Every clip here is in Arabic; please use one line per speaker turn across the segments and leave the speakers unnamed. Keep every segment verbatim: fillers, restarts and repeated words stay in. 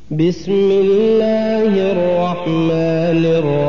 بسم الله الرحمن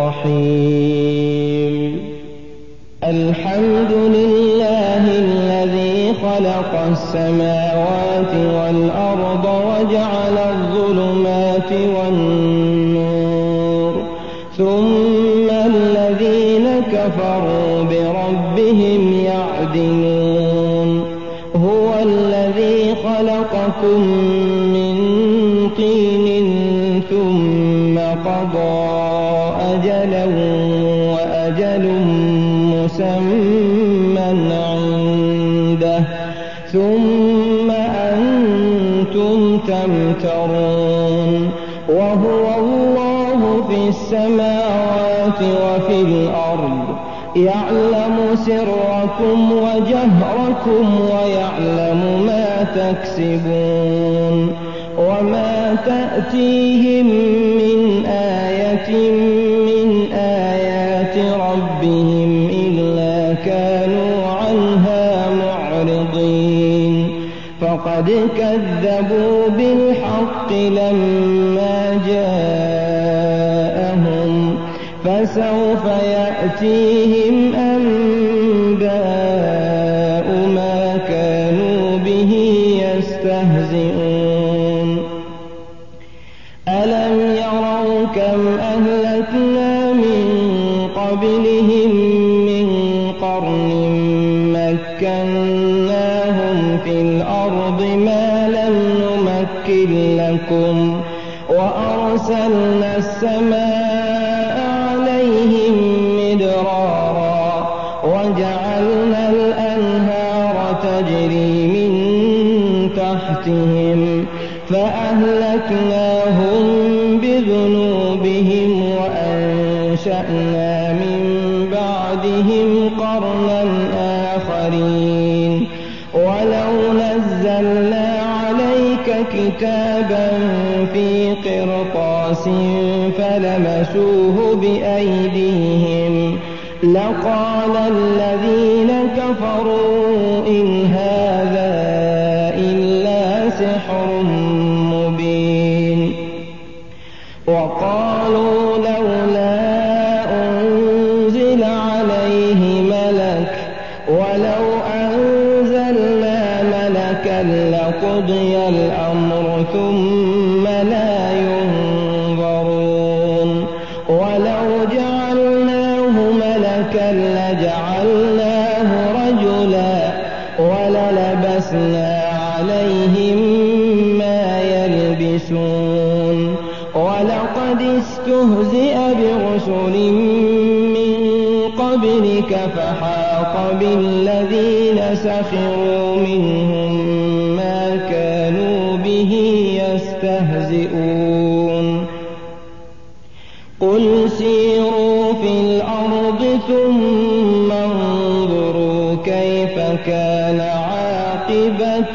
الرحيم الحمد لله الذي خلق السماوات والأرض وجعل الظلمات والنور ثم الذين كفروا بربهم يعدلون هو الذي خلقكم من طين ثم قضى أجلا وأجل مسمى عنده ثم أنتم تمترون وهو الله في السماوات وفي الأرض يعلم سركم وجهركم ويعلم ما تكسبون وما تأتيهم من آية من آيات ربهم إلا كانوا عنها معرضين فقد كذبوا بالحق لما جاءهم فسوف يأتيهم أنباء ما كانوا به يستهزئون ألم يروا كم أهلكنا من قبلهم من قرن مكناهم في الأرض ما لم نمكن لكم وأرسلنا السماء عليهم مدرارا وجعلنا الأنهار تجري من تحتهم فأهلكناهم بذنوبهم وأنشأنا من بعدهم قرنا آخرين ولو نزلنا عليك كتابا في قرطاس فلمسوه بأيديهم لقال الذين كفروا إن هذا إلا سحر مبين وقالوا لولا أنزل عليه ملك ولو أنزلنا ملكا لقضي الأمر ثم لا ينظرون ولو جعلناه ملكا لجعلناه رجلا وللبسنا عليهم ما يلبسون ولقد استهزئ برسل من قبلك فحاق بالذين سخروا منهم ما كانوا به يستهزئون قل سيروا في الأرض ثم انظروا كيف كان عاقبة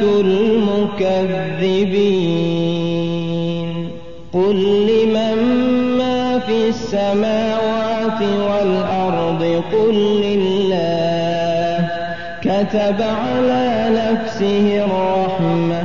المكذبين قل لمن ما في السماوات والأرض قل لله كتب على نفسه الرحمة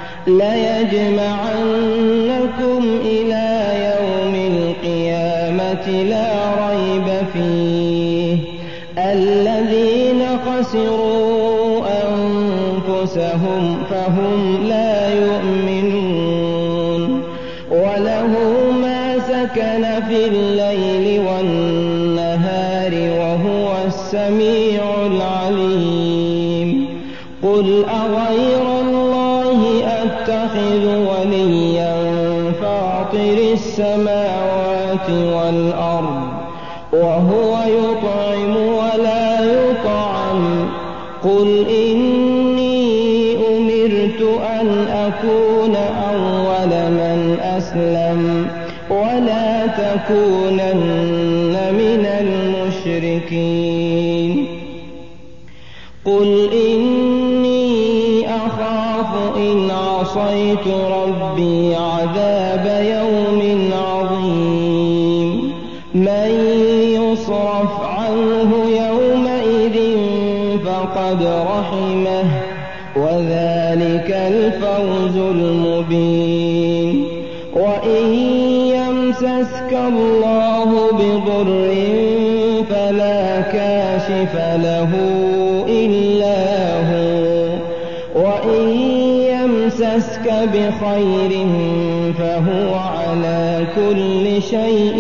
ليجمعنكم إلى يوم القيامة لا ريب فيه الذين خسروا أنفسهم فهم لا يؤمنون وله ما سكن في الليل والنهار وهو السميع العليم قل أغير الله أتخذ وليا فاطر السماوات والأرض وهو يطعم ولا يطعم قل إني أمرت أن أكون أول من أسلم ولا تكونن من المشركين قل إني أخاف إن عصيت ربي عذاب يوم عظيم من يصرف عنه يومئذ فقد رحمه وذلك الفوز المبين وإن يمسسك الله بضر فلا كاشف له إلا هو، وإن يمسسك بخير فهو على كل شيء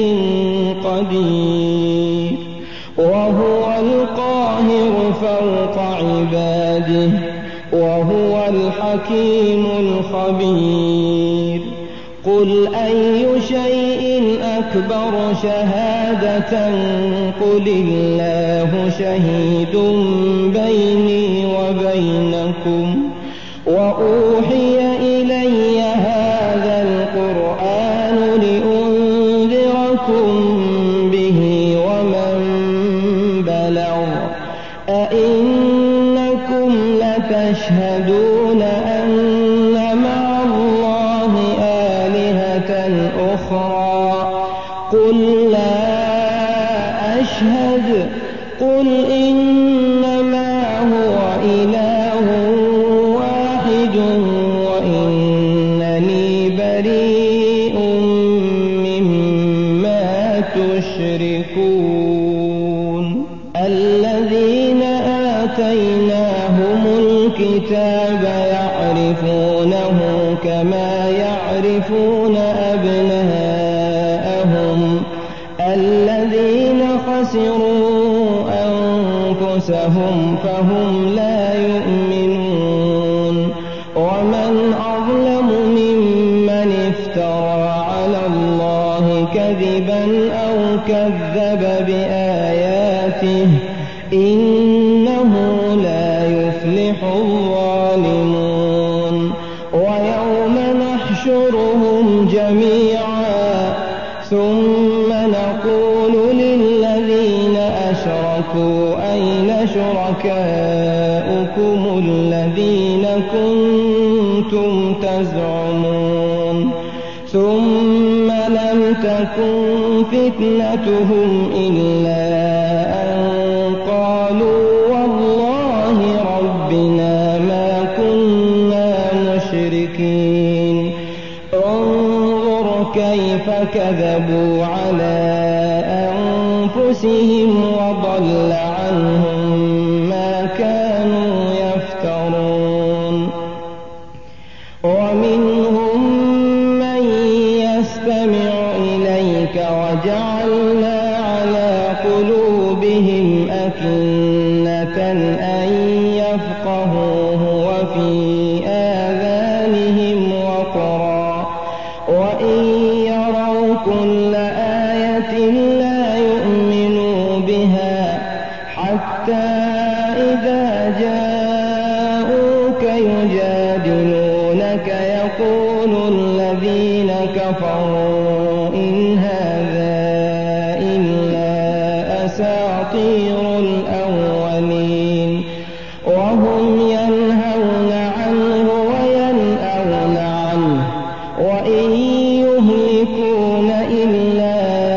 قدير، وهو القاهر فوق عباده، وهو الحكيم الخبير. قل أي شيء أكبر شهادة قل الله شهيد بيني وبينكم، وأوحي إلي هذا القرآن لأنذركم به ومن بلغ. أئنكم لتشهدون أن مع الله آلهة أخرى؟ قل لا أشهد. قل إنما هو إله واحد وإنني بريء مما تشركون. الذين آتيناهم الكتاب يعرفونه كما يعرفون أبناءهم، الذين خسروا أنفسهم فهم لا يؤمنون. ومن أظلم ممن افترى على الله كذبا أو كذب بآياته، إنه لا يفلح الظالمون. ويوم نحشرهم جميعا ثم نقول للذين أشركوا أين شركاؤكم الذين كنتم تزعمون؟ ثم لم تكن فتنتهم إلا أن قالوا والله ربنا ما كنا مشركين. انظر كيف كذبوا على أنفسهم وضل عنهم ما كانوا يفترون. ومنهم من يستمع إليك وجعلنا على قلوبهم أكنة أن يفقهوه وفي آذانهم وقرا، وإن يروا كل آية لا يؤمنوا بها، حتى إذا جاءوك يجادلونك يقول الذين كفروا إن هذا إلا أساطير الأولين، وهم ينهون عنه وينأون عنه، وإن يهلكون إلا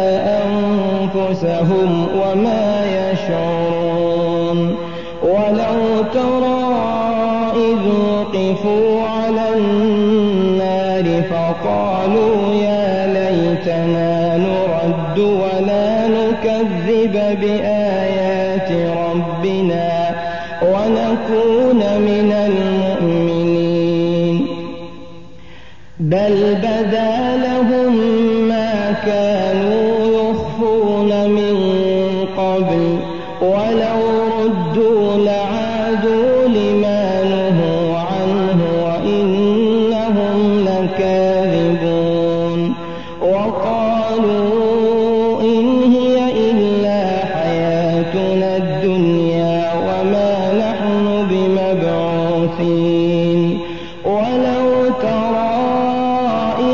أنفسهم وما يشعرون. ولو ترى إذ وقفوا على النار فقالوا يا ليتنا نرد ولا نكذب بآيات ربنا ونكون من المؤمنين، بل بدا لهم ما كانوا يخفون من قبل، ولو ردوا لعادوا لما نهوا عنه وإنهم لكاذبون. وقالوا إن هي إلا حياتنا الدنيا وما نحن بمبعوثين. ولو ترى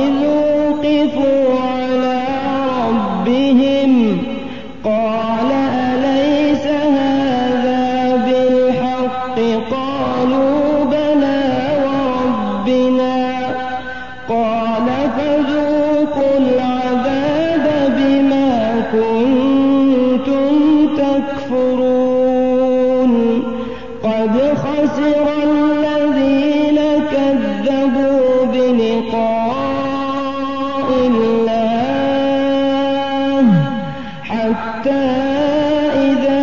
الله حتى إذا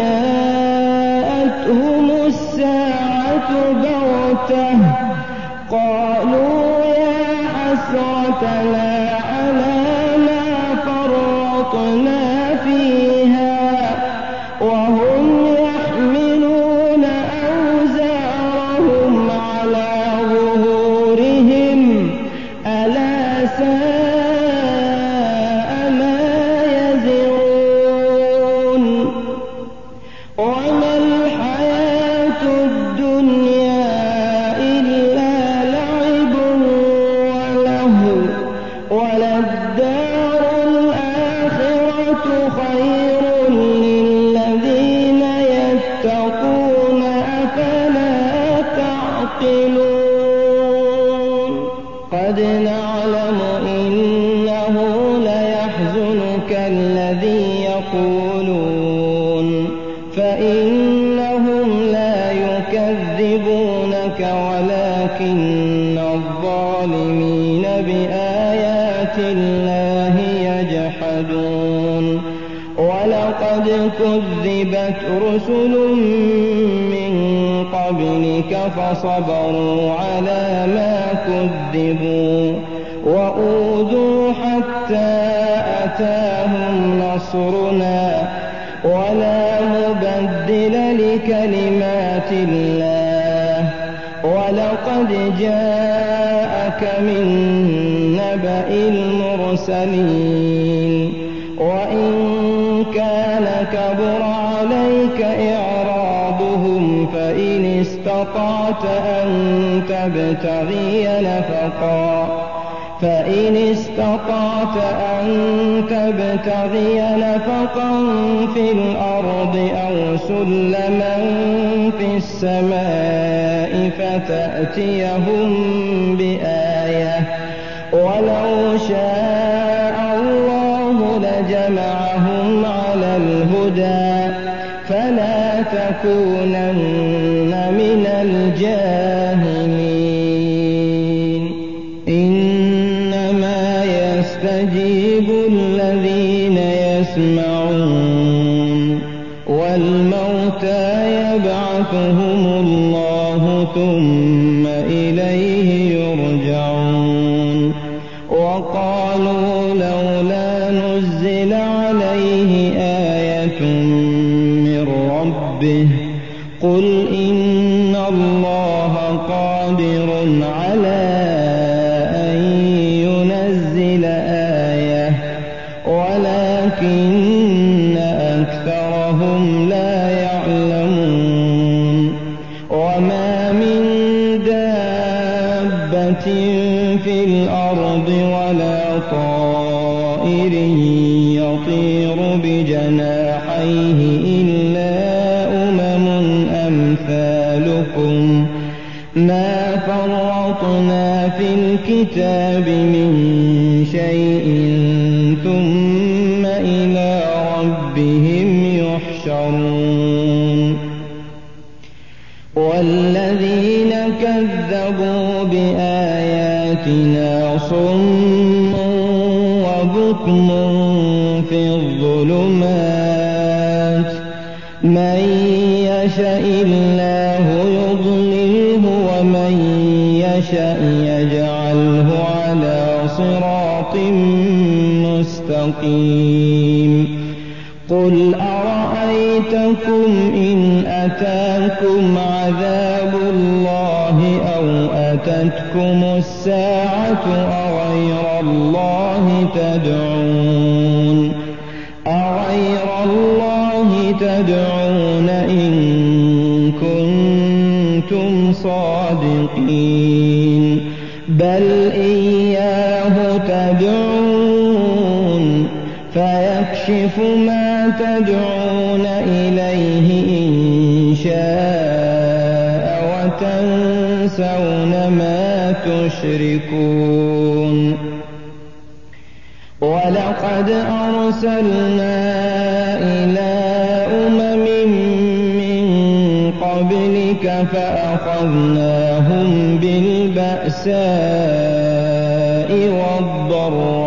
جاءتهم الساعة بغتة قالوا يا حسرتنا على ما فرطنا فيها وهم يحملون أوزارهم على ظهورهم ألا ساء ما يزرون وما الحياة الدنيا إلا لعب ولهو وللدار الآخرة خير للذين يتقون أفلا تعقلون قد نعلم إنه ليحزنك الذي يقولون فإنهم لا يكذبونك ولكن الظالمين بآيات الله يجحدون ولقد كذبت رسل من قبلك فصبروا على ما كذبوا وأوذوا حتى أتاهم نصرنا ولا مبدل لكلمات الله ولقد جاءك من نبأ المرسلين وإن كان كبر عليك إعراضهم فإن استطعت أن تبتغي نفقا فإن استطعت أن تبتغي نفقا في الأرض أو سلما في السماء فتأتيهم بآية ولو شاء الله لجمعهم على الهدى فلا تكونن من الجاهلين إنما يستجيب الذين يسمعون والموتى يبعثهم الله ثم إليه يرجعون وقالوا لولا نزل عليه آية من ربه قل إن الله قادر على أن ينزل آية ولكن أكثرهم لا يعلمون وما من دابة في الأرض ولا طائر يطير بجناحيه إلا أمم أمثالكم ما فرطنا في الكتاب من شيء ثم إلى ربهم يحشرون والذين كذبوا بآياتنا صم وبكم في الظلمات من يشاء الله يضلله ومن يشاء يجعله على صراط مستقيم قل أرأيتكم إن أتاكم عذاب الله أو أتتكم الساعة أغير الله تدعون أغير الله تدعون إن كنتم صادقين بل إياه تدعون فيكشف ما تدعون إليه إن شاء وتنسون ما تشركون ولقد أرسلنا إلى أمم من قبلك فأخذناهم بالبأساء والضراء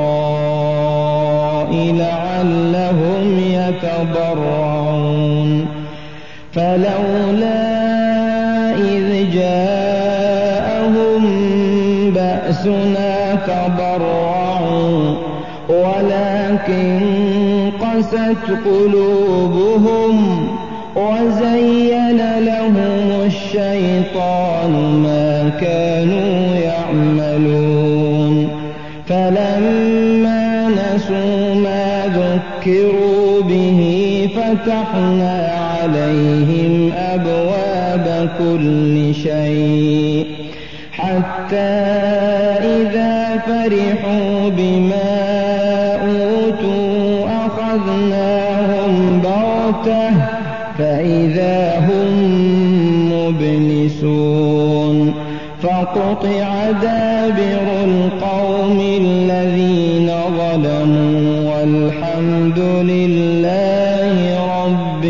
يتضرعون فلولا إذ جاءهم بأسنا تضرعوا ولكن قست قلوبهم وزين لهم الشيطان ما كانوا يعملون فلما نسوا ما ذكروا به فتحنا عليهم أبواب كل شيء حتى إذا فرحوا بما أوتوا أخذناهم بغتة فإذا هم مبلسون فقطع دابر القوم الذين ظلموا والحمد لله رب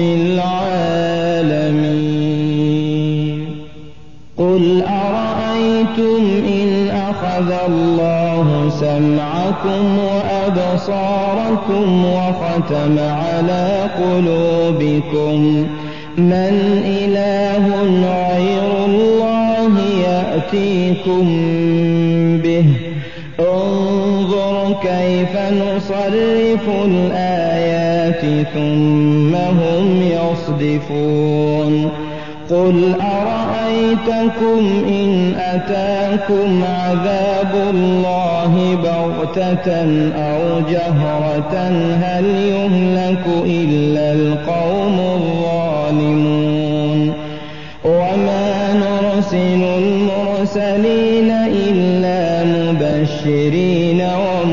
العالمين. قل أرأيتم إن أخذ الله سمعكم وأبصاركم وختم على قلوبكم من إله غير الله يأتيكم به انظر كيف نصرف الآيات ثم هم يصدفون. قل أرأيتكم إن أتاكم عذاب الله بغتة أو جهرة هل يهلك إلا القوم الظالمون وما نرسل المرسلين إلا مبشرين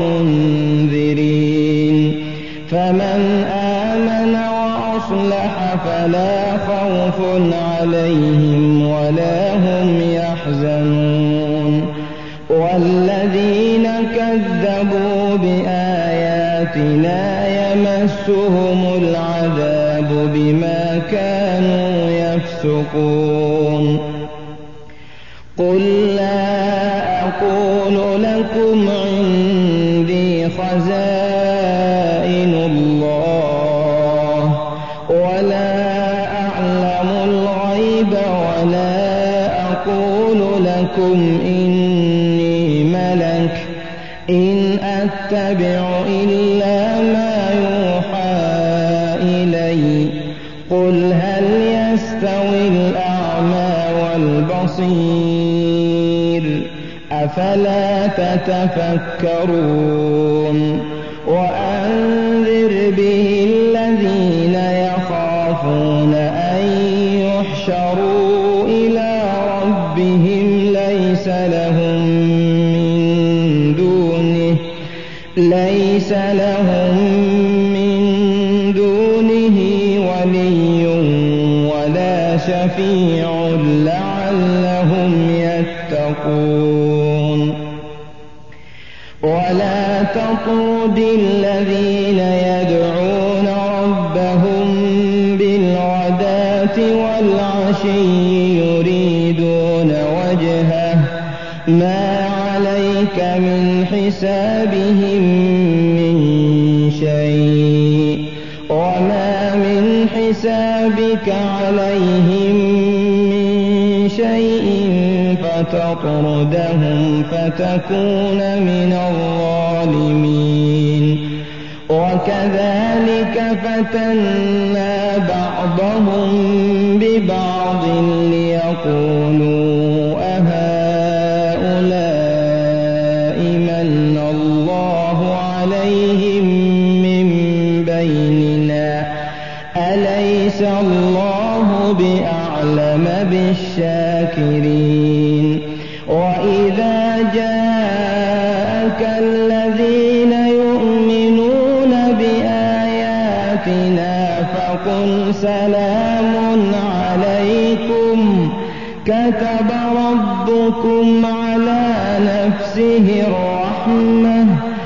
ومنذرين فمن آمن وأصلح فلا خوف عليهم ولا هم يحزنون والذين كذبوا بآياتنا يمسهم العذاب بما كانوا يفسقون. قل لا أقول لكم عندي خزائن الله ولا أعلم الغيب ولا أقول لكم إني ملك إن أتبع إلا ما يوحى إلي قل هل يستوي الأعمى والبصير أفلا تتفكرون. وأنذر به الذين يخافون أن يحشروا إلى ربهم ليس لهم من دونه ليس لهم من دونه ولي ولا شفيع لعلهم يتقون. ولا تطرد الذين يدعون ربهم بالغداة والعشي يريدون وجهه ما عليك من حسابهم من شيء وما من حسابك عليهم من شيء فتطردهم فتكون من الظالمين. وكذلك فتنا بعضهم ببعض ليقولوا أهؤلاء من الله عليهم من بيننا أليس الله بأعلم بالشاكرين. وإذا جاءك الذين يؤمنون بآياتنا فقل سلام عليكم كتب ربكم على نفسه الرحمة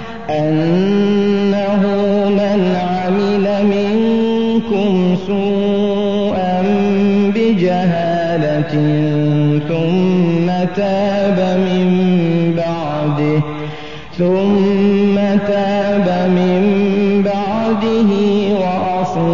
أنه من عمل منكم سوءا بجهالة ثم تاب من بعده ثم تاب من بعده وأصلح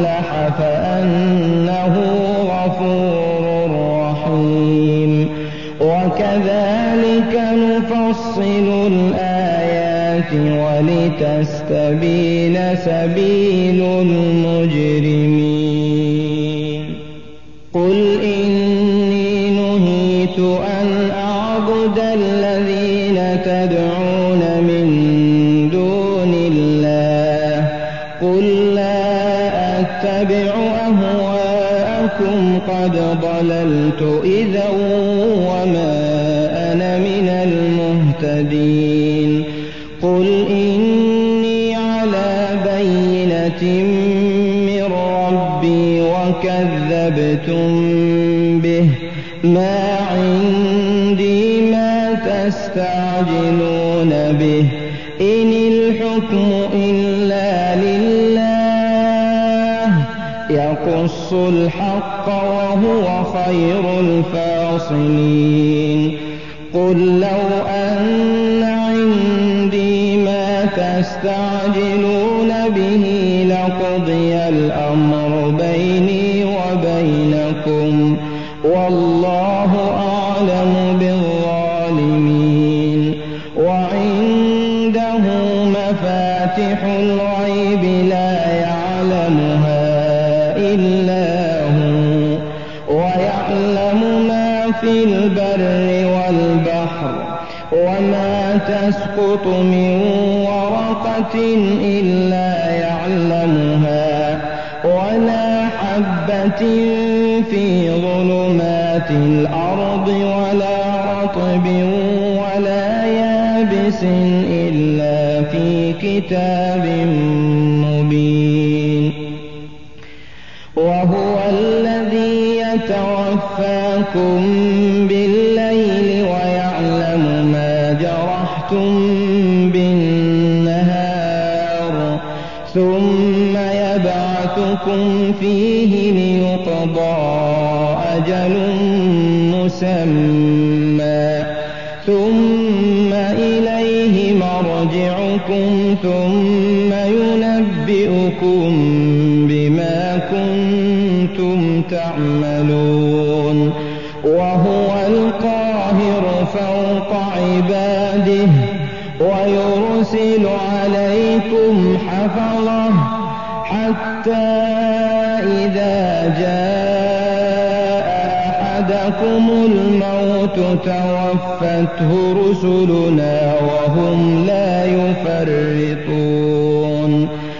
ولتستبين سبيل المجرمين قل إني نهيت أن أعبد الذين تدعون من دون الله قل لا أتبع أهواءكم قد ضللت إذا وما أنا من المهتدين قل إني على بينة من ربي وكذبتم به ما عندي ما تستعجلون به إن الحكم إلا لله يقص الحق وهو خير الفاصلين قل لو أن عندي ما تستعجلون به لقضي الأمر بيني وبينكم والله أعلم بالظالمين وعنده مفاتح الغيب لا يعلمها إلا هو ويعلم ما في البر والبحر وما تسقط من ورقة إلا يعلمها ولا حبة في ظلمات الأرض ولا رطب ولا يابس إلا في كتاب مبين وهو الذي يتوفاكم بالليل ويعلم ما جرحتم بالنهار ثم يبعثكم فيه ليقضى أجل مسمى ثم إليه مرجعكم ثم ينبئكم بما كنتم تعملون وهو القاهر فوق عباده ويرسل عليكم حفظه حتى إذا جاء أحدكم الموت توفته رسلنا وهم لا يفرطون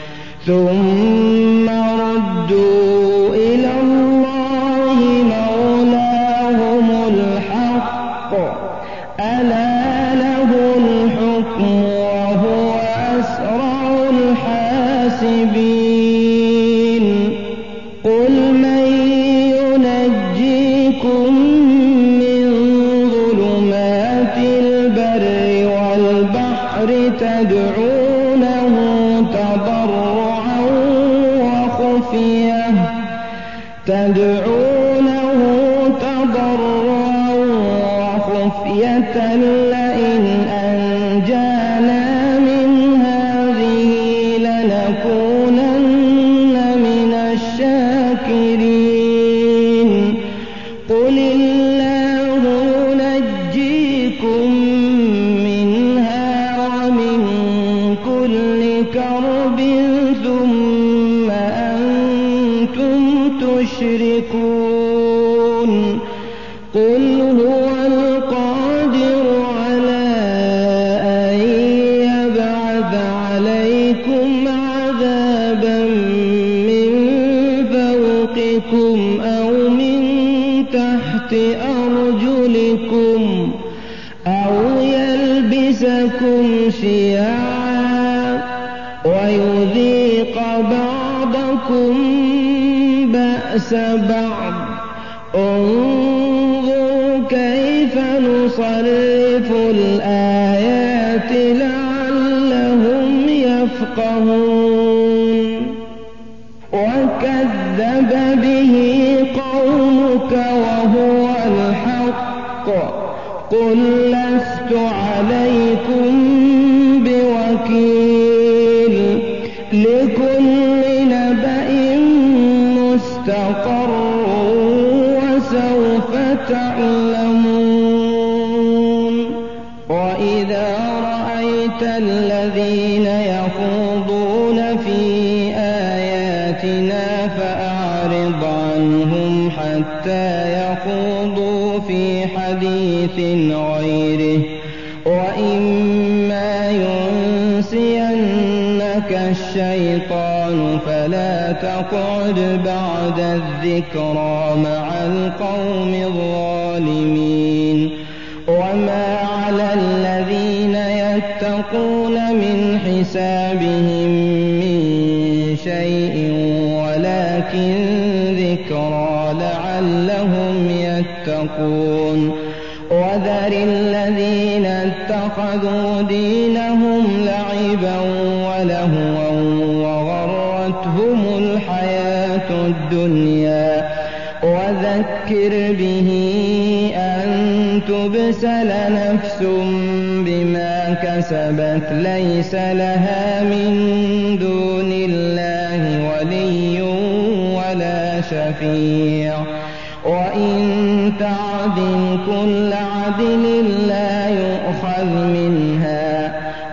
ثم ردوا إلى الله مولاهم الحق ألا له الحكم وهو أسرع الحاسبين قل من ينجيكم من ظلمات البر والبحر تدعونه تضرعا وخفية تدعونه تضرعا وخفية لئن أنجانا من هذه لنكونن من الشاكرين قل الله ينجيكم منها ومن كل كرب ثم أنتم تشركون قل هو القادر على أن يبعث عليكم عذابا من فوقكم أو من تحت أرجلكم أو يلبسكم شيعا ويذيق بعضكم بأس بعض انظر كيف نصرف الآيات لعلهم يفقهون وكذب به قومك وهو الحق قل لست عليكم بوكيل لكل نبأ مستقر وسوف تعلمون وإذا رأيت الذين الذين يخوضون في آياتنا فأعرض عنهم حتى يخوضوا في حديث غيره، وإما ينسينك الشيطان فلا تقعد بعد الذكرى مع القوم الظالمين. وما على الذين يتقون من حسابهم من شيء ولكن ذكرى لعلهم يتقون. وذر الذين اتخذوا دينهم لعبا ولهوا وغرتهم الحياة الدنيا، وذكر به أن تبسل نفس بما كسبت ليس لها من دون الله ولي ولا شفيع، وإن تعدل كل عدل لا يؤخذ منها.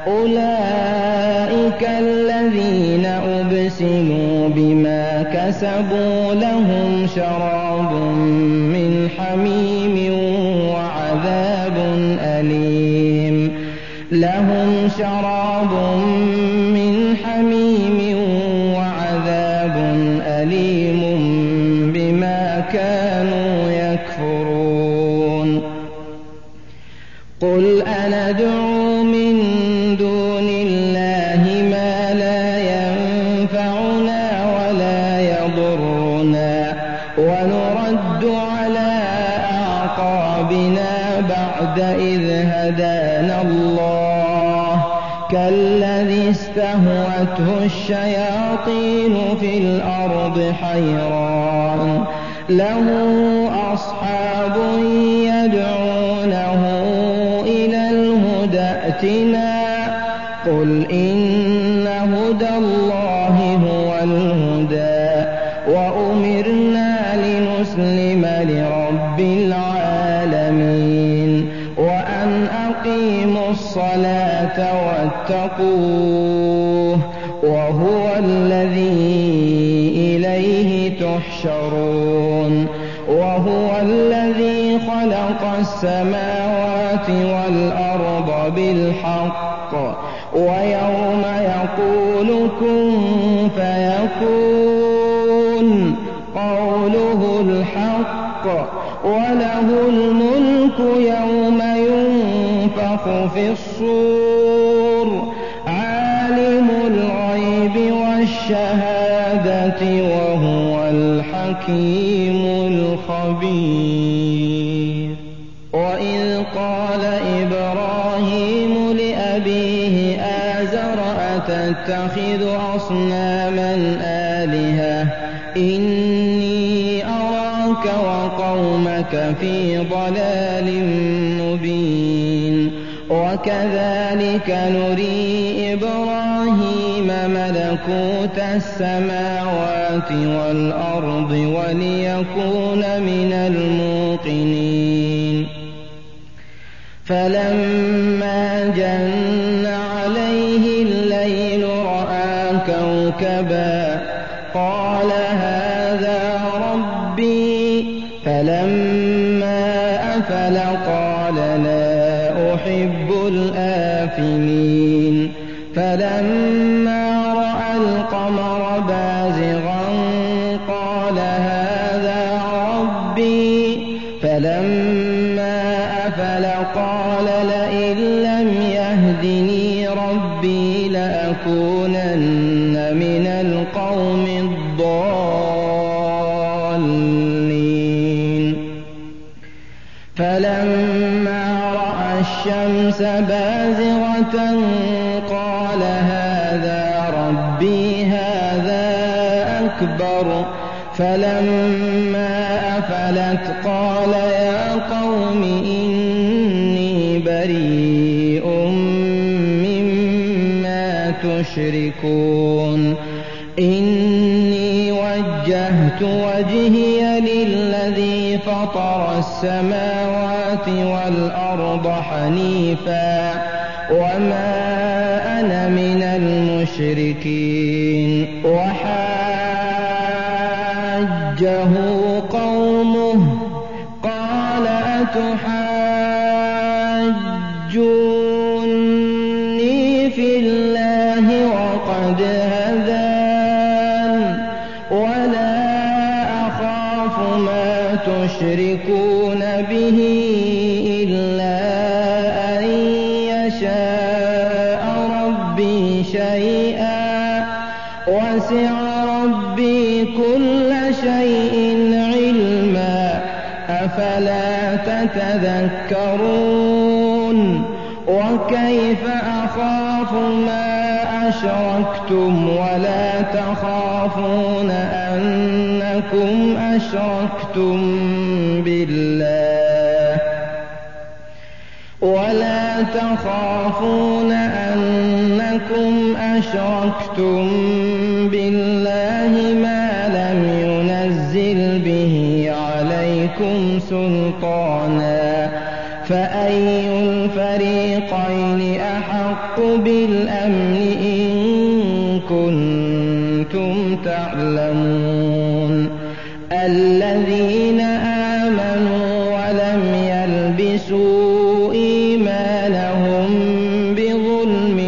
أولئك الذين أبسلوا بما كسبوا لهم شراب من حميم وعذاب أليم لهم شراب من حميم وعذاب أليم بما كانوا يكفرون. قل أندعو من دون الله ما لا ينفعنا ولا يضرنا ونرد على أعقابنا بعد إذ هدانا الله كالذي استهوته الشياطين في الأرض حيران له أصحاب يدعونه إلى الهدى ائتنا قل إن هدى الله هو الهدى وأمرنا لنسلم لرب العالمين وأن أقيموا الصلاة واتقوه وهو الذي إليه تحشرون. وهو الذي خلق السماوات والأرض بالحق ويوم يقول كن فيكون قوله الحق وله الملك يوم ينفخ في الصور عالم الغيب والشهادة وهو الحكيم الخبير. وإذ قال إبراهيم لأبيه آزر أتتخذ أصناما آلهة إني أراك وقومك في ضلال مبين. وكذلك نري إبراهيم ملكوت السماوات والأرض وليكون من الموقنين. فلما جن عليه الليل رأى كوكبا قال هذا ربي فلما أفل قال لا أحب الآفلين. فلما رأى القمر بازغا قال هذا ربي فلما أفل قال لئن لم يهدني ربي لأكونن من القوم الضالين. فلما رأى الشمس بازغة قال هذا ربي هذا أكبر. فلما أفلت قال يا قوم إني بريء مما تشركون إني وجهت وجهي للذي فطر السماوات والأرض حنيفا وما أنا من المشركين وحاجه قومه قال أتحاجوني في الله وقد هدان ولا أخاف ما تشركون به إلا أن يشاء ربي شيئا وسع ربي كل شيء علما أفلا تتذكرون وكيف أخاف ما أشركتم ولا تخافون أنكم أشركتم بالله ولا تخافون أنكم أشركتم بالله ما لم ينزل به عليكم سلطانا فأي الفريقين أحق بالأمن إن كنتم تعلمون الذين آمنوا ولم يلبسوا إيمانهم بظلم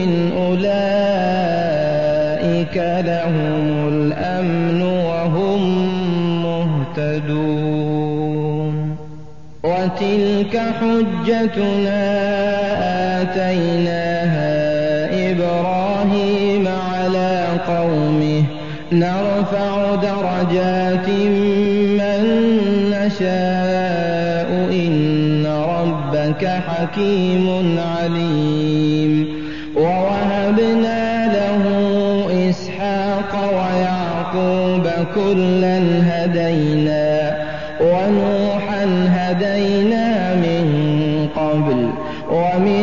أولئك لهم الأمن وهم مهتدون وتلك حجتنا آتيناها إبراهيم على قومه نرفع درجات من نشاء إن ربك حكيم عليم ووهبنا له إسحاق ويعقوب كلا هدينا ونوحا هدينا من قبل ومن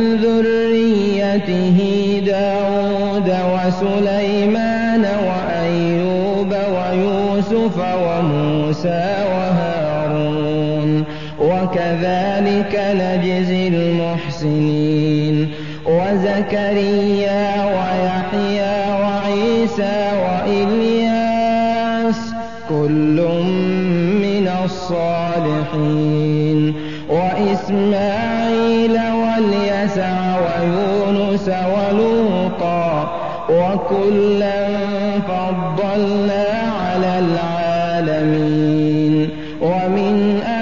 ذريته داود وسليمان وأيوب ويوسف وموسى وهارون وكذلك نجزي المحسنين وزكريا ويحيى وعيسى وإلياس كل من الصالحين وإسماعيل واليسع ويونس ولوطا وكلا فضلنا على العالمين ومن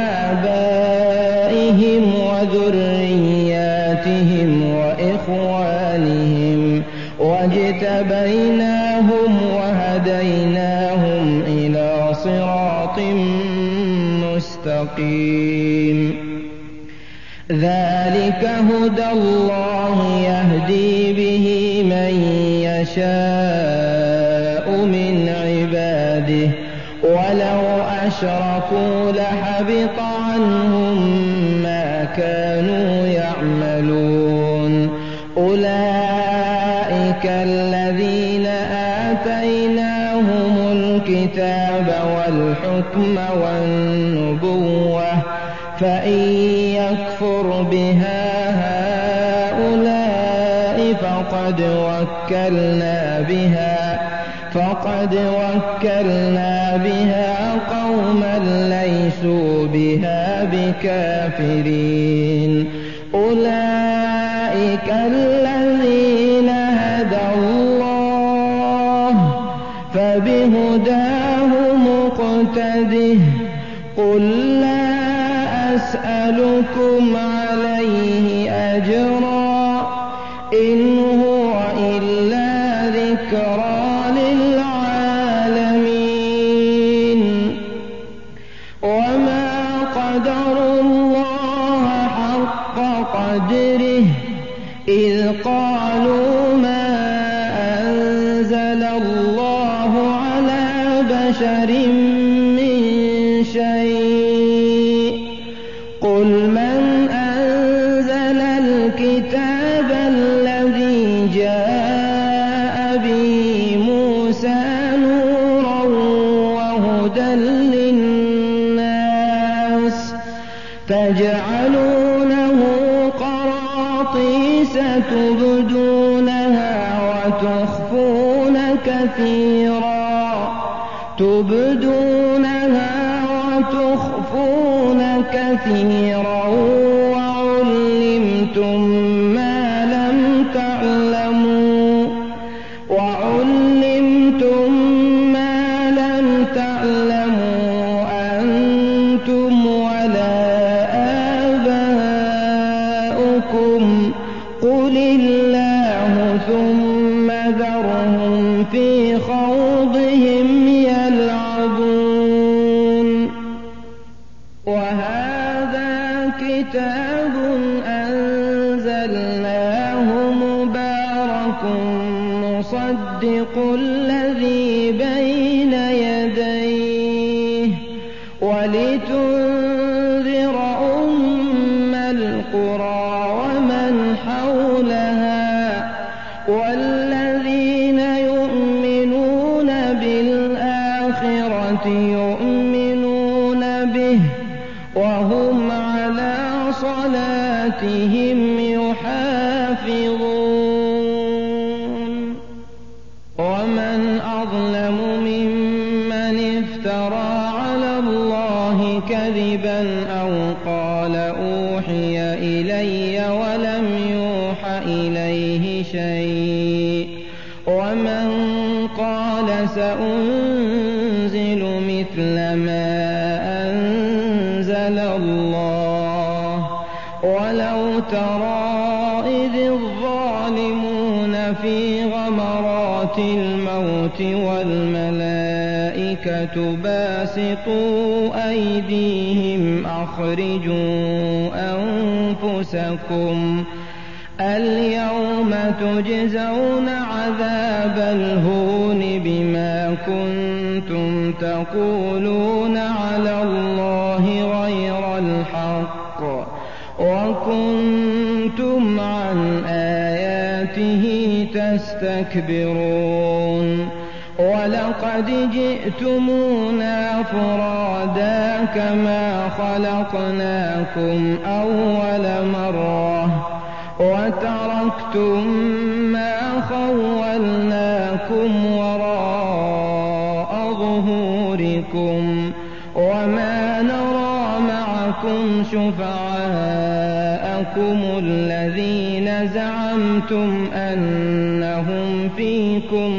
آبائهم وذرياتهم وإخوانهم واجتبيناهم وهديناهم إلى صراط مستقيم ذلك هدى الله يهدي به من يشاء من عباده ولو أشركوا لحبط عنهم ما كانوا يعملون أولئك الذين آتيناهم الكتاب والحكم والنبوة فإن يكفر بها هؤلاء فقد وكلنا بها فقد وكلنا بها قوما ليسوا بها بكافرين أولئك الذين هدى الله فبهداه مقتده قل لا أسألكم عليه أجرا إن هو إلا ذكرى للعالمين وما قدروا الله حق قدره إذ قالوا ما أنزل الله على بشر من شيء قل من أنزل الكتاب الذي جاء به موسى نورا وهدى للناس تجعلونه قراطيس تبدونها وتخفون كثيرا تبدونها وتخفون كثيرا وعلمتم ما لم تعلموا وعلمتم ما لم تعلموا أنتم ولا آباؤكم قل الله ثم ذرهم في خوضهم يلعبون. وهذا كتاب أنزلناه مبارك مصدق الذي بين يديه ولتنذر أم القرى ومن حولها والذين يؤمنون بالآخرة يؤمنون به وهم على صلاتهم يحافظون. ومن أظلم ممن افترى على الله كذبا أو قال أوحي إلي ولم يوح إليه شيء ومن قال سأنزل مثل ما أنزل الله. ولو ترى إذ الظالمون في غمرات الموت والملائكة باسطوا أيديهم أخرجوا أنفسكم اليوم تجزون عذاب الهون بما كنتم تقولون على الله غير الحق وكنتم عن آياته تستكبرون. ولقد جئتمونا فرادا كما خلقناكم أول مرة وتركتم ما خولناكم وراء ظهوركم وما نرى معكم شفعاءكم الذين زعمتم أنهم فيكم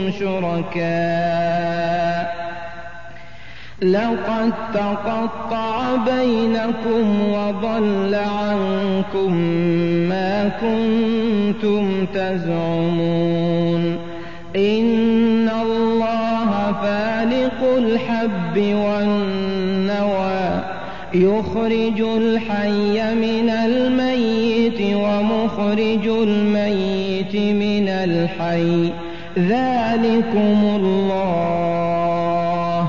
شركاء لقد تقطع بينكم وضل عنكم ما كنتم تزعمون. إن الله فالق الحب والنوى يخرج الحي من الميت ومخرج الميت من الحي ذلكم الله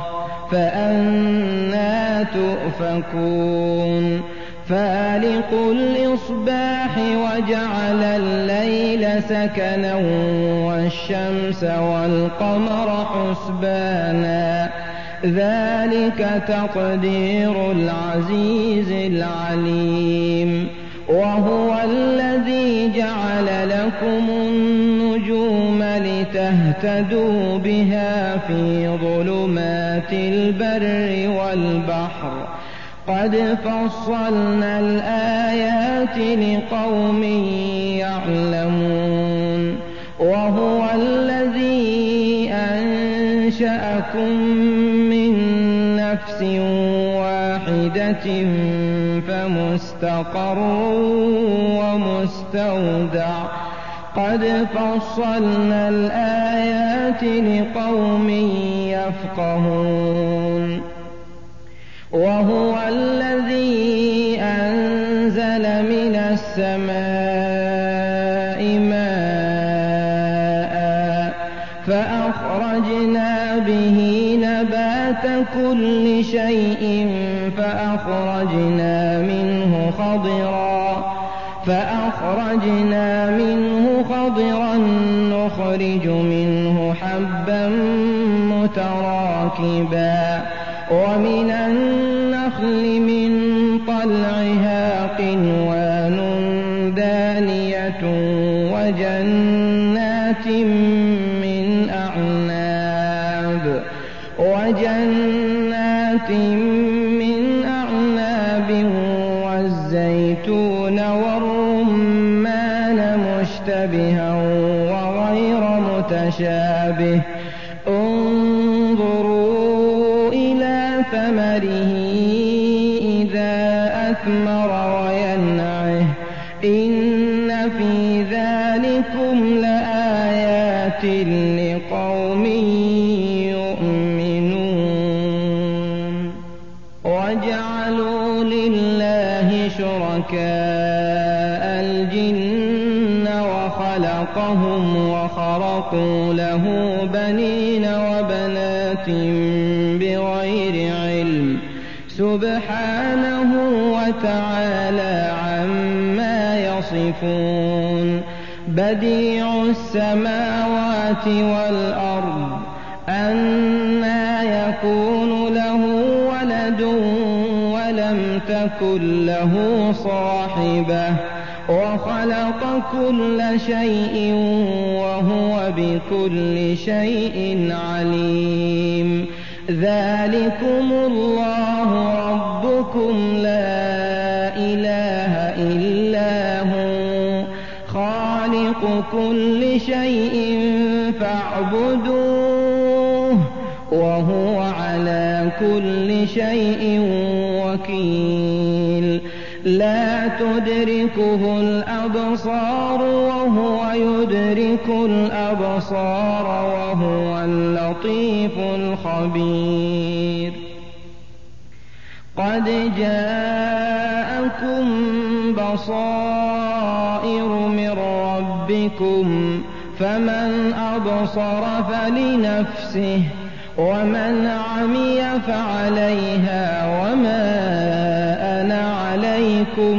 فأنى تؤفكون. فالق الإصباح وجعل الليل سكنا والشمس والقمر حسبانا ذلك تقدير العزيز العليم. وهو الذي جعل لكم النجوم لتهتدوا بها في ظلمات البر والبحر قد فصلنا الآيات لقوم يعلمون. وهو الذي أنشأكم من نفس واحدة فمستقر ومستودع قد فصلنا الآيات لقوم يفقهون. وهو الذي أنزل من السماء ماء فأخرجنا به نبات كل شيء فأخرجنا منه خضرا فأخرجنا منه خضرا نخرج منه حبا متراكبا ومن النخل من طلعها قنوان دانية وجنات من أعناب وجنات من أعناب والزيتون والرمان مشتبها وغير متشابه انظروا إلى ثمره إذا أثمر وينعه إن في ذلكم لآيات لقوم يؤمنون وجعلوا لله شركاء الجن وخلقهم وخرقوا له بنين وبنات بغير علم سبحانه وتعالى عما يصفون بديع السماوات والأرض أنى يكون له ولد ولم تكن له صاحبة وخلق كل شيء وهو بكل شيء عليم ذلكم الله ربكم لا إله إلا هو خالق كل شيء فاعبدوه وهو على كل شيء وكيل لا تدركه الأبصار وهو يدرك الأبصار وهو اللطيف الخبير قد جاءكم بصائر من ربكم فمن أبصر فلنفسه ومن عمي فعليها وما أنا عليكم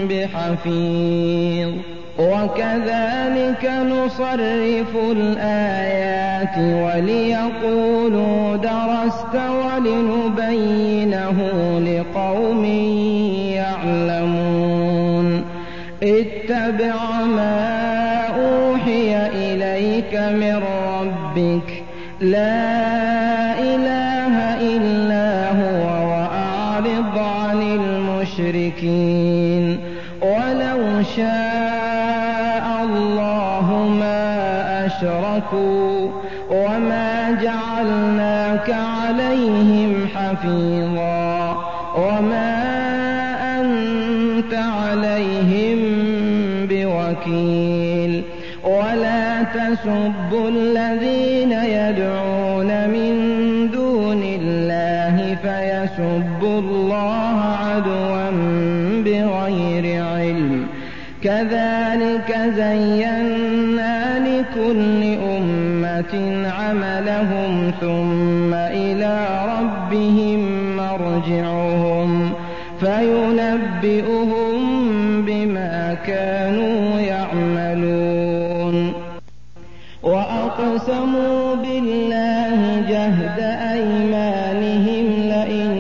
بحفيظ وكذلك نصرف الآيات وليقولوا درست ولنبينه لقوم يعلمون اتبع ما أوحي إليك من ربك لا إله إلا هو وأعرض عن المشركين ولو شاء الله ما أشركوا وما جعلناك عليهم حفيظا وما أنت عليهم بوكيل ولا تسبوا الذين يدعون من دون الله فيسبوا الله عدوا بغير علم كذلك زينا لكل أمة عملهم ثم إلى ربهم مرجعهم فينبئهم بما كانوا يعملون وأقسموا بالله جهد أيمانهم لئن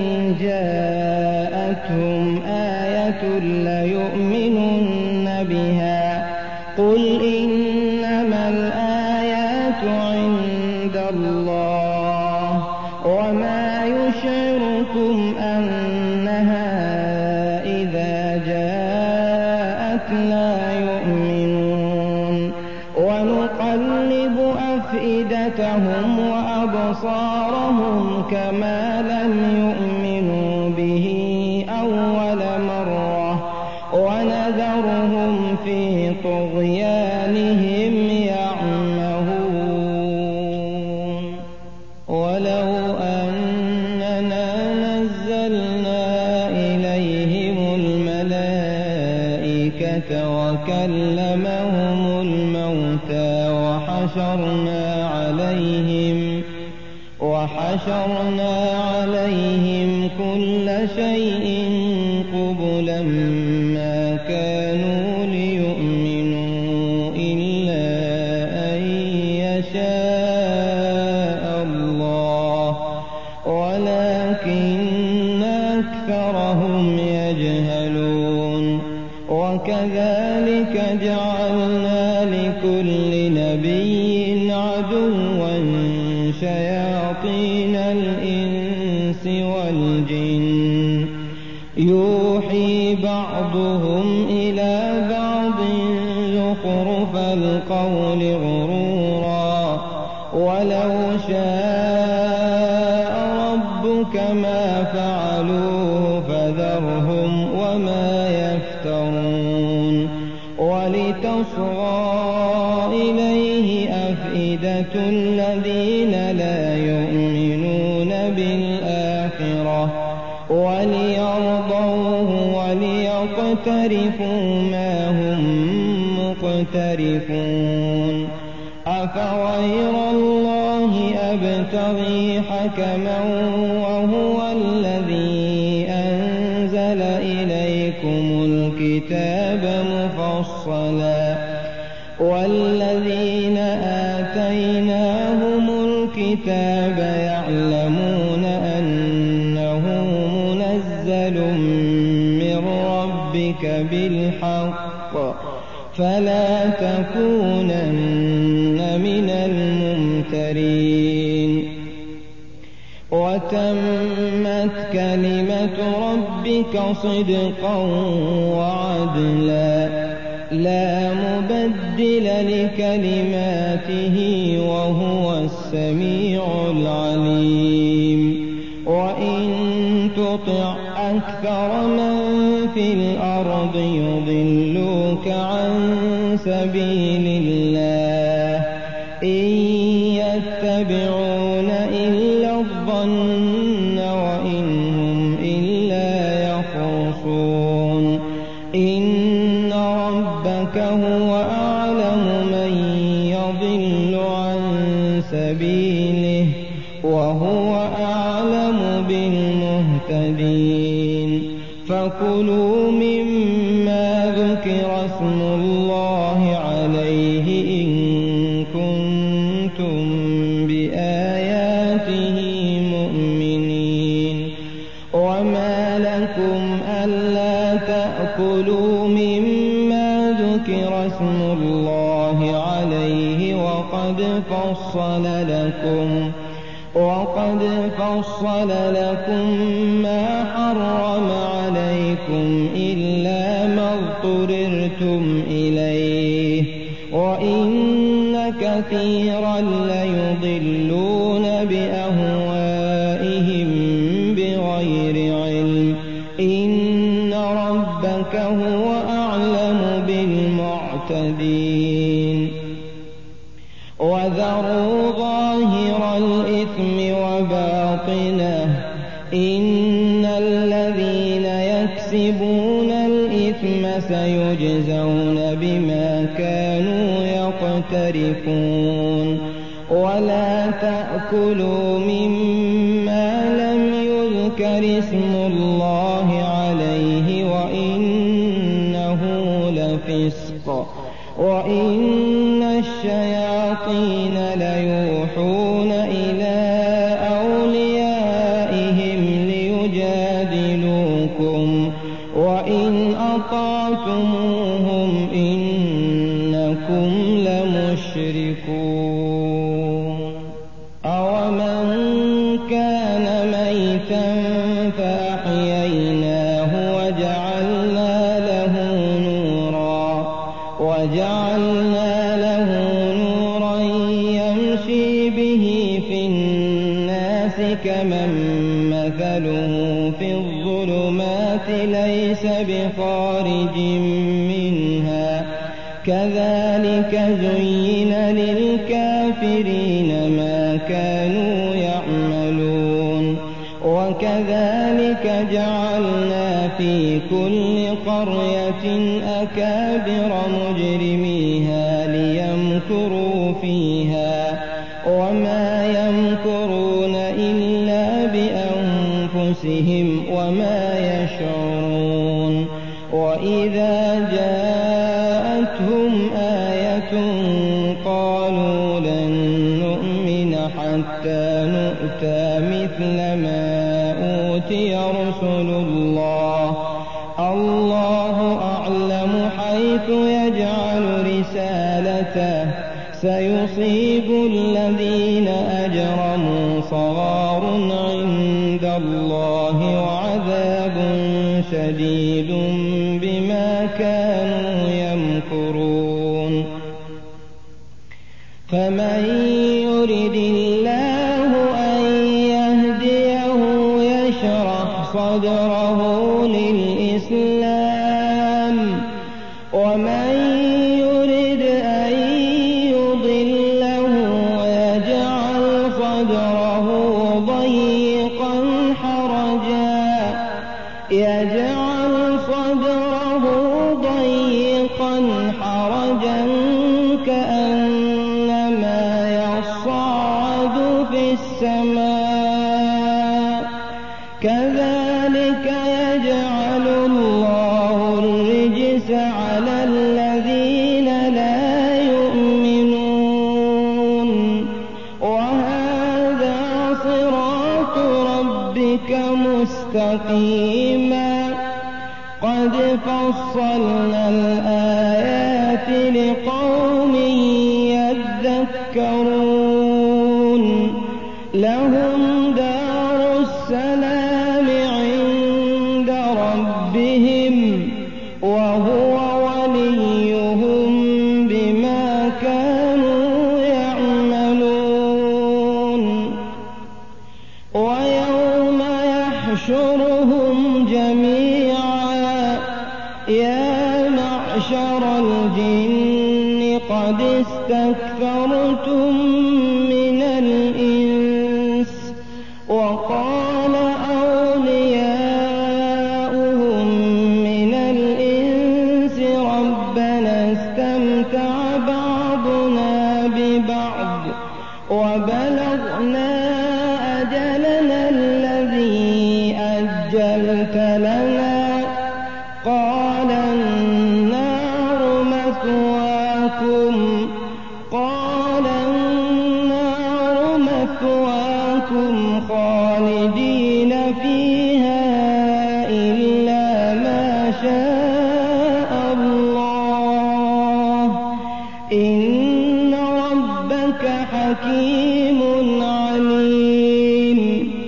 جاءتهم آية ليؤمنن بها قل إنما الآيات عند الله وما يشعركم أنها إذا جاءت لا يؤمنون ونقلب أفئدتهم وأبصارهم كما لم يؤمنوا به أول مرة ونذرهم في طغيانهم يعمهون ولو أننا نزلنا إليهم الملائكة وكلمهم الموتى وحشرنا عليهم وحشرنا عليهم كل شيء قبلا ما كانوا ليؤمنوا إلا أن يشاء الله ولكن أكثرهم يجهلون وكذلك جعلنا لكل عدوا شياطين الإنس والجن يوحي بعضهم إلى بعض زخرف القول غرورا ولو شاء ربك ما فعلوه فذرهم وما يفترون ولتصغى إليه أفئدة الذين لا يؤمنون بالآخرة وليرضوه وليقترفوا ما هم مقترفون أفغير الله أبتغي حكما وهو الذي أنزل إليكم الكتاب مفصلا والذين آتيناهم الكتاب يعلمون أنه منزل من ربك بالحق فلا تكونن من الممترين وتمت كلمة ربك صدقا وعدلا لا مبدل لكلماته وهو السميع العليم وإن تطع أكثر من في الأرض يضلوك عن سبيل الله إن يتبعون إلا الظن وإن هم إلا يخرصون إن ربك هو أعلم من يضل عن سبيله وهو أعلم بالمهتدين فكلوا مما ذكر اسم الله عليه إن كنتم بآياته مؤمنين وما لكم ألا تأكلوا مما ذكر اسم الله عليه وقد فصل لكم وقد فصل لكم ما حرم عليكم إلا ما اضطررتم إليه وإن كثيرا ليضلون بأهوائهم بغير علم إن ربك هو أعلم بالمعتدين وذروا ظاهر الإثم وباطنه إن الذين يكسبون الإثم سيجزون بما كانوا يقترفون ولا تأكلوا مما لم يذكر اسم الله عليه وإنه لفسق وإن الشياطين ليوحون إلى أوليائهم ليجادلوكم وإن أطعتموهم إنكم لمشركون أومن كان ميتا فأحييناه وجعلنا له نورا وجعلنا له نورا يمشي به في الناس كمن مثله في الظلمات ليس بخارج منها كذلك زين للكافرين ما كانوا يعملون وكذلك جعلنا في كل قرية أكابر مجرميها ليمكروا فيها وما يمكرون إلا بأنفسهم وما يشعرون وإذا جاءتهم آية قالوا لن نؤمن حتى نؤتى مثل ما أوتي رسل الله الله أعلم حيث يجعل رسالته سيصيب الذين أجرموا صغار عند الله وعذاب شديد بما كانوا يمكرون فمن يرد الله أن يهديه يشرح صدره للإسلام ومن يرد أن يضله يجعل صدره ضيقا حرجا يجعل صدره ضيقا حرجا كأنما يصعد في السماء كذلك يجعل الله الرجس على الذين لا يؤمنون وهذا صراط ربك مستقيما قد فصلنا الآيات لقوم يذكرون لهم دار السلام عند ربهم وهو وليهم بما كانوا يعملون ويوم يحشرهم جميعا يا معشر الجن قد استكثرتم من الإنس وقال أولياؤهم من الإنس ربنا استمتع بعضنا ببعض وبلغنا أجلنا الذي أجلت لنا قال النار مثواكم قال النار مثواكم خالدين فيها إلا ما شاء الله إن ربك حكيم عليم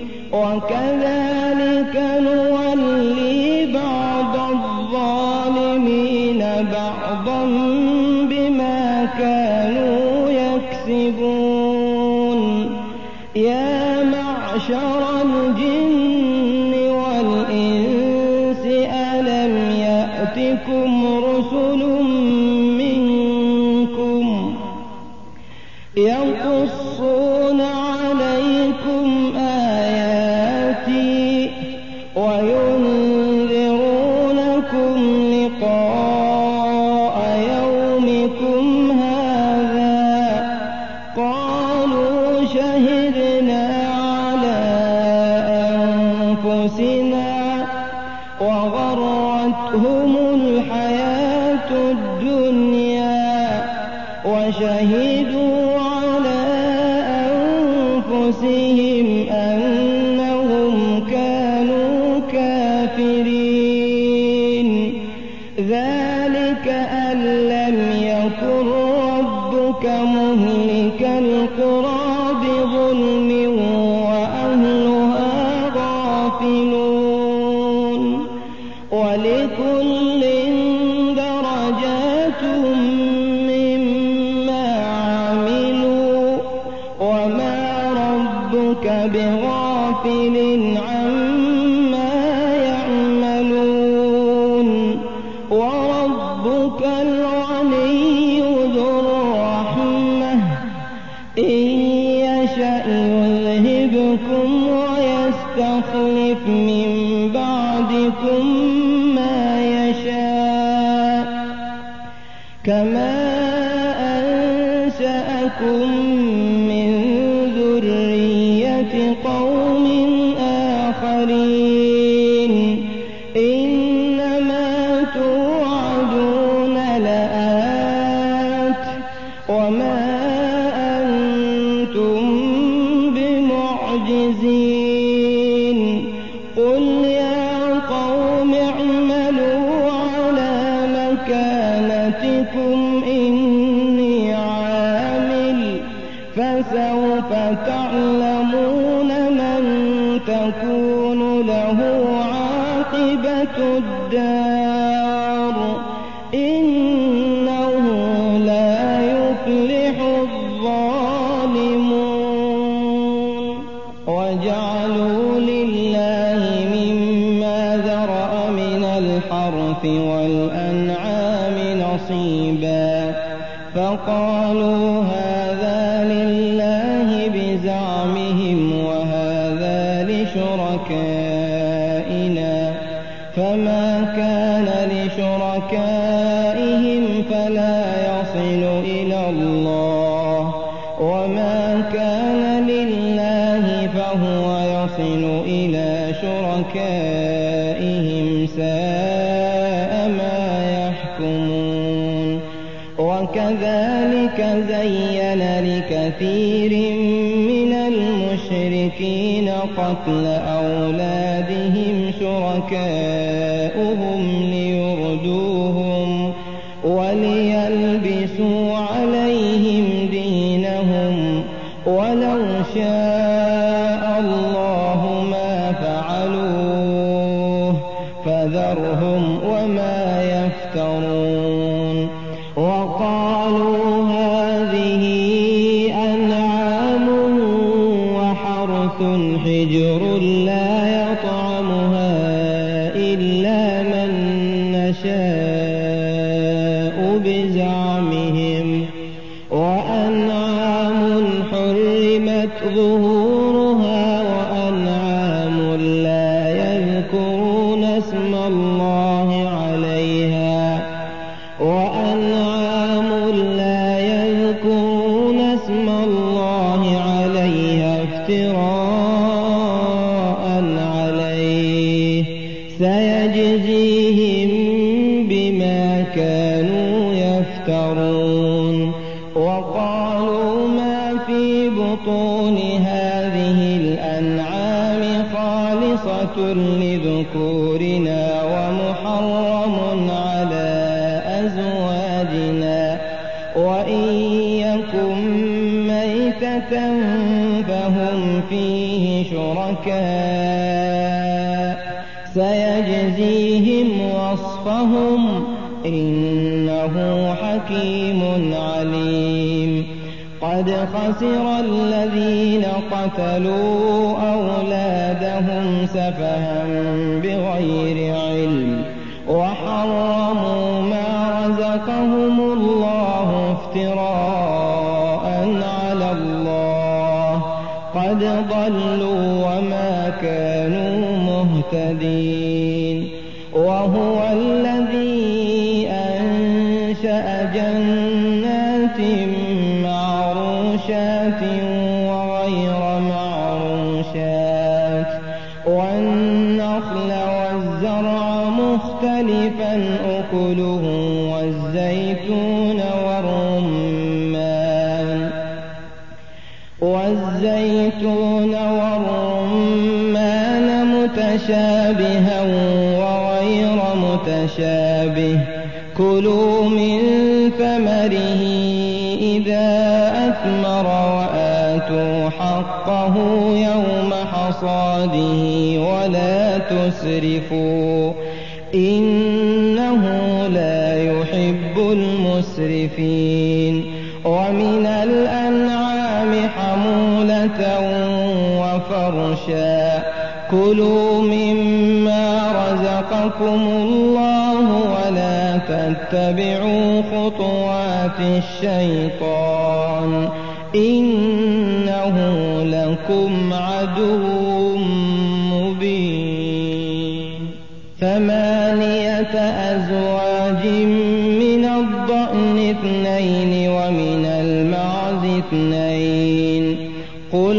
وكذلك نولي بعض الظالمين بعضا بما كانوا يكسبون يا معشر الجن والإنس ألم يأتكم رسل منكم يقصون عليكم آياتي وينذرونكم لقاء يومكم هذا قالوا شهدنا على أنفسنا وغرتهم الحياة الدنيا وشهدوا على أنفسهم أنهم كانوا كافرين ذلك أن لم يكن ربك مهلك القرى بظلم وأهلها غافلون ولكل درجات مما عملوا وما ربك بغافل عما يعملون وربك الغني ذو الرحمة إن يشأ يذهبكم ويستخلف من بعدكم ما يشاء كما أنشأكم من ذرية قوم آخرين إنما توعدون لآت وما أنتم بمعجزين قل يا قوم اعملوا على مكانتكم إني عامل فسوف تعلمون من تكون له عاقبة الدار إنه لا يفلح الظالمون وجعلوا لله مما ذرأ من الحرث والأنعام نصيبا فقالوا هذا لله بزعمهم وهذا لشركائنا فما كان لشركائهم فلا يصل إلى الله وما كان لله فهو يصل إلى شركائهم ساء ما يحكمون وكذلك زين لكثير من المشركين قتل أولادهم شركاؤهم ليردوهم وليلبسوا عليهم دينهم ولو شاء الله ما فعلوه فذرهم وما يفترون وقالوا هذه أنعام وحرث حجر لا يطعمها إلا من نشاء بزعمهم وأنعام حرمت ظهورها وأنعام لا يذكرون اسم الله عليها وأنعام لا يذكرون اسم الله عليها افتراء عليه سيجزيهم بما كانوا يفترون وقالوا ما في بطون هذه الأنعام خالصة لذكورنا ومحرم على أزواجنا وإن يكن ميتة فهم فيه شركاء سيجزيهم وصفهم إنه حكيم عليم قد خسر الذين قتلوا أولادهم سفها بغير علم وحرموا ما رزقهم الله افتراء على الله قد ضلوا وما كانوا مهتدين وهو الذي أنشأ جنات معروشات وغير معروشات والنخل والزرع مختلفا أكله والزيتون والرمان والزيتون والرمان متشابها وغير متشابه كلوا من ثمره إذا أثمر وآتوا حقه يوم حصاده ولا تسرفوا إنه لا يحب المسرفين ومن الأنعام حمولة وفرشا كلوا مما رزقكم الله ولا تتبعوا خطوات الشيطان إنه لكم عدو مبين ثمانية أزواج من الضأن اثنين ومن المعز اثنين قل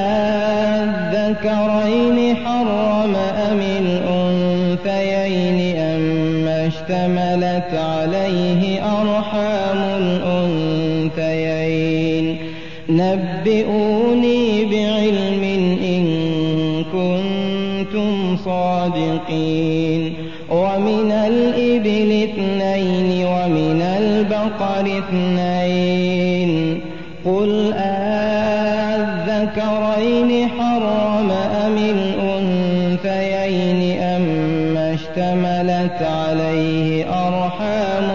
أذكرين حرم أم الأنثيين أما اشتملت عليه أرحام الأنثيين نبئوني بعلم إن كنتم صادقين ومن الإبل اثنين ومن البقر اثنين قل الذكرين حرم أم الأنثيين أما اشتملت عليه أرحام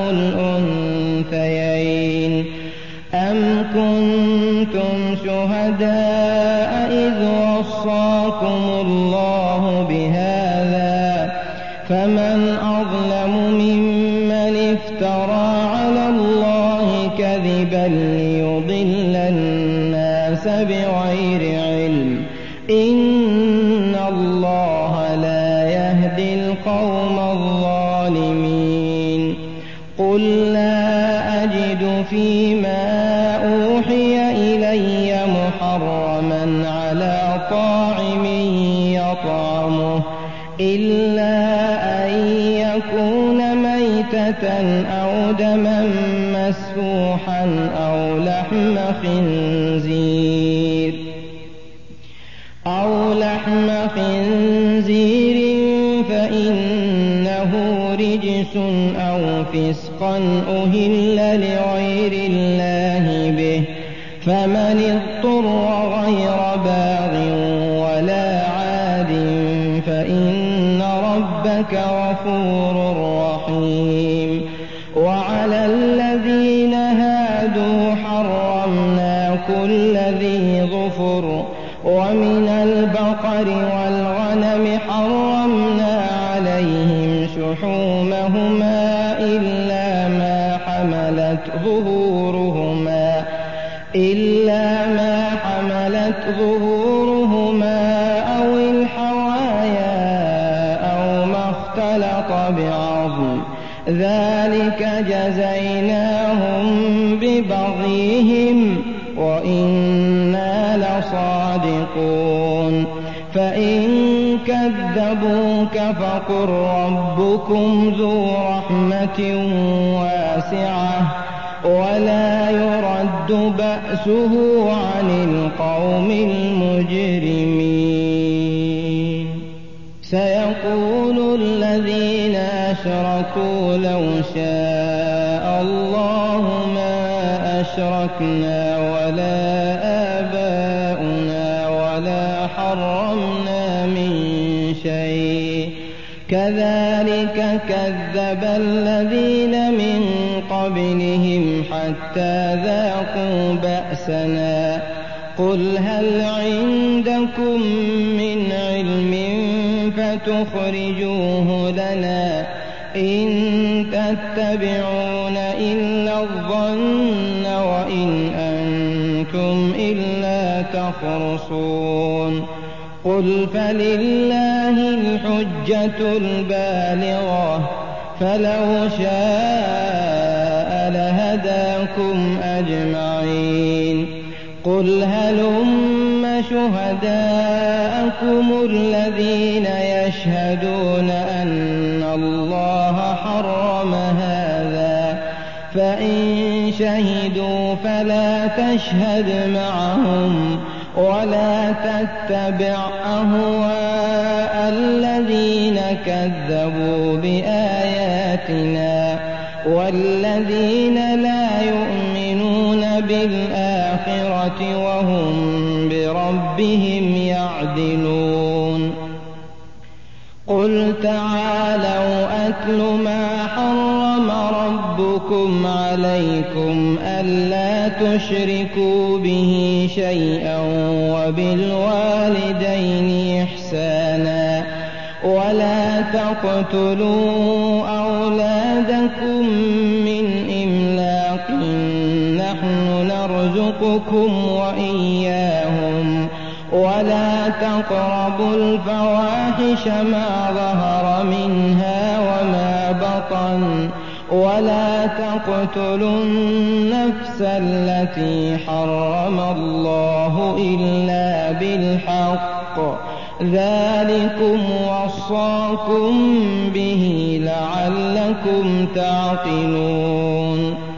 الأنثيين أم كنتم شهداء إذ وصاكم الله بهذا فمن أظلم ممن افترى على الله كذبا ليضل الناس بغير علم إن الله لا يهدي القوم الظالمين قل لا أجد فيما أوحي إلي محرما على طاعم يطعمه إلا أن يكون ميتة أو دما مسفوحا أو لحم خنزير أو لحم خنزير فإنه رجس أو فسقا أهل لغير الله به فمن اضطر غير باغ ولا عاد فإن ربك غفور رحيم وعلى الذين هادوا حرمنا كل ذي ظفر ومن البقر والغنم حرمنا عليهم شحومهما إلا ما حملت ظهورهما إلا ما حملت ظهورهما أو الحوايا أو ما اختلط بعظم ذلك جزيناهم ببغيهم وإنا لصادقون فإن كذبوك فقل ربكم ذو رحمة واسعة ولا يرد بأسه عن القوم المجرمين سيقول الذين أشركوا لو شاء الله ما أشركنا ولا آباؤنا ولا حرمنا من شيء كذلك كذب الذين من قبلهم حتى ذاقوا بأسنا قل هل عندكم من علم فتخرجوه لنا إن تتبعون إلا الظن وإن أنتم إلا تخرصون قل فلله الحجة البالغة فلو شاء لهداكم أجمعين قل هلم شهداءكم الذين يشهدون أن الله حرم هذا فإن شهدوا فلا تشهد معهم ولا تتبع أهواء الذين كذبوا بآياتنا والذين لا يؤمنون بالآخرة وهم بربهم يعدلون قل تعالوا أتل ما حرم ربكم عليكم ألا تشركوا به شيئا وبالوالدين إحسانا ولا تقتلوا أولادكم من إملاق نحن نرزقكم وإياهم ولا تقربوا الفواحش ما ظهر منها وما بطن ولا تقتلوا النفس التي حرم الله إلا بالحق ذلكم وصاكم به لعلكم تعقلون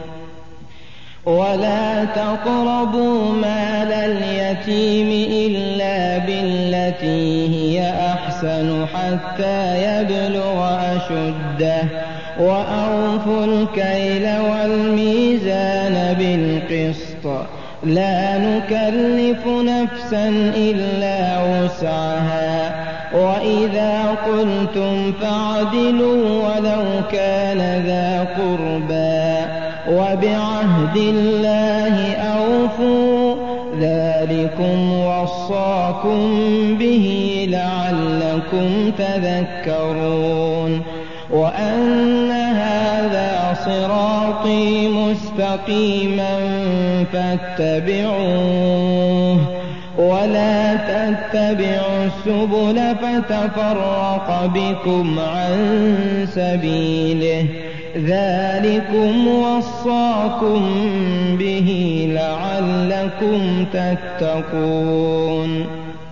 ولا تقربوا مال اليتيم إلا بالتي هي أحسن حتى يبلغ أشده وأوفوا الكيل والميزان بالقسط لا نكلف نفسا إلا وسعها وإذا قلتم فاعدلوا ولو كان ذا قربى وبعهد الله أوفوا ذلكم وصاكم به لعلكم تذكرون وأن هذا صراطي مستقيما فاتبعوه ولا تتبعوا السبل فتفرق بكم عن سبيله ذلكم وصاكم به لعلكم تتقون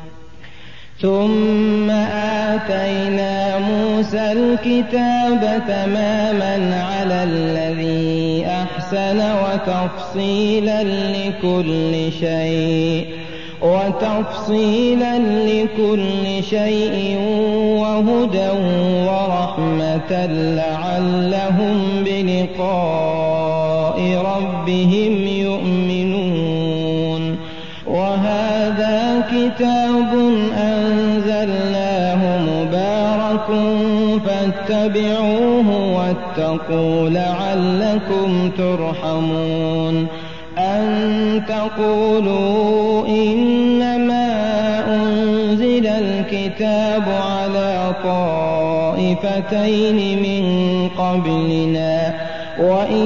ثم آتينا موسى الكتاب تماما على الذي أحسن وتفصيلا لكل شيء وتفصيلا لكل شيء وهدى ورحمة لعلهم بلقاء ربهم يؤمنون وهذا كتاب أنزلناه مبارك فاتبعوه واتقوا لعلكم ترحمون أن تقولوا إنما أنزل الكتاب على طائفتين من قبلنا وإن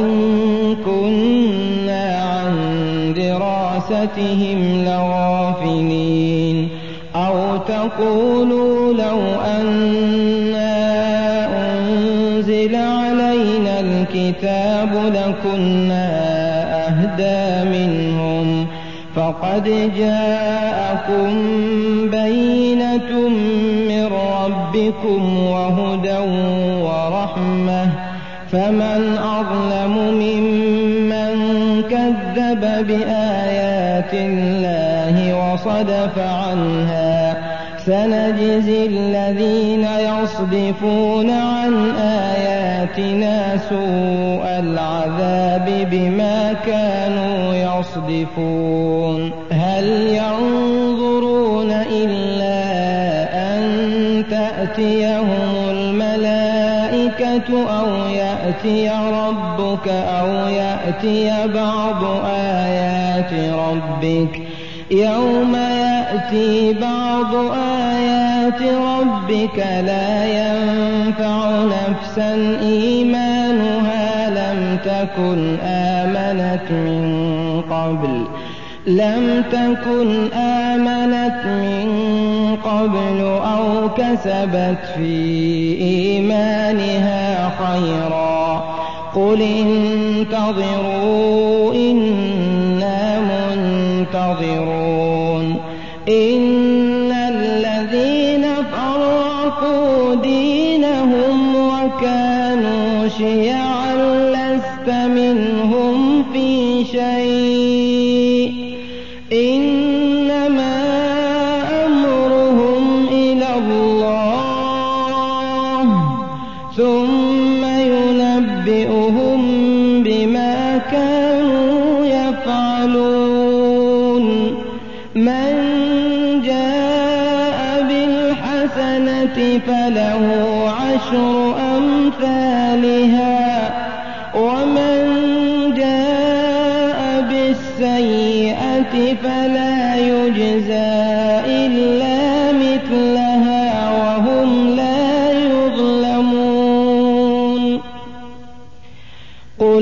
كنا عن دراستهم لغافلين أو تقولوا لو أنا أنزل علينا الكتاب لكنا أهدى منهم فقد جاءكم بينة من ربكم وهدى ورحمة فمن أظلم ممن كذب بآيات الله وصدف عنها سنجزي الذين يصدفون عن آياتنا سوء العذاب بما كانوا يصدفون هل ينظرون إلا أن تأتيهم الملائكة أو يأتي ربك أو يأتي بعض آيات ربك يوم يأتي بعض آيات ربك لا ينفع نفسا إيمانها لم تكن آمنت من قبل لم تكن آمنت من قبل أو كسبت في إيمانها خيرا قل انتظروا إنا منتظرون إن الذين فرقوا دينهم وكانوا شيعا لست منهم في شيء إنما أمرهم إلى الله ثم ينبئهم بما كانوا يفعلون من جاء بالحسنة فله عشر أمثالها ومن جاء بالسيئة فلا يجزى إلا مثلها وهم لا يظلمون قل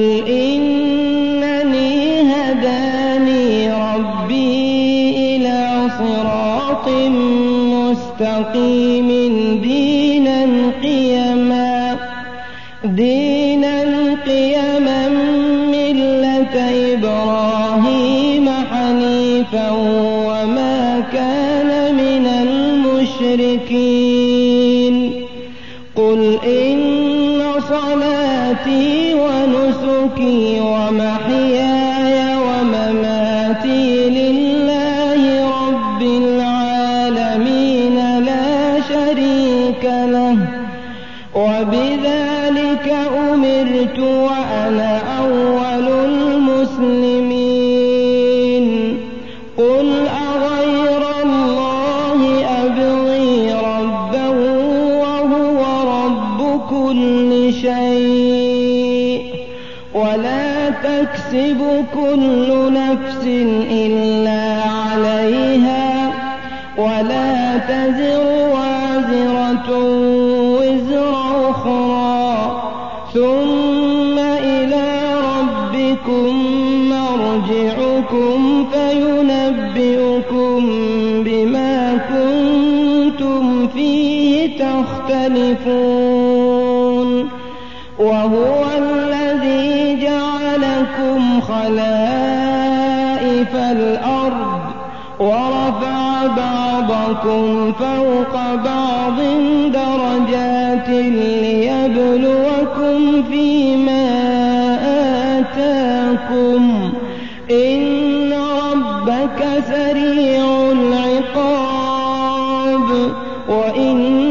إنني هداني ربي إلى صراط مستقيم دينا قيما دينا قيما ملة إبراهيم حنيفا وما كان من المشركين قل إن صلاتي ونسكي ومحياي ومماتي لله رب العالمين لا شريك له وبذلك أمرت وأنا أول المسلمين كل نفس إلا عليها ولا تزر وازرة وزر أخرى ثم إلى ربكم مرجعكم فينبئكم بما كنتم فيه تختلفون وهو الذي جعلكم خلائف الأرض ورفع بعضكم فوق بعض درجات ليبلوكم فيما آتاكم إن ربك سريع العقاب وإن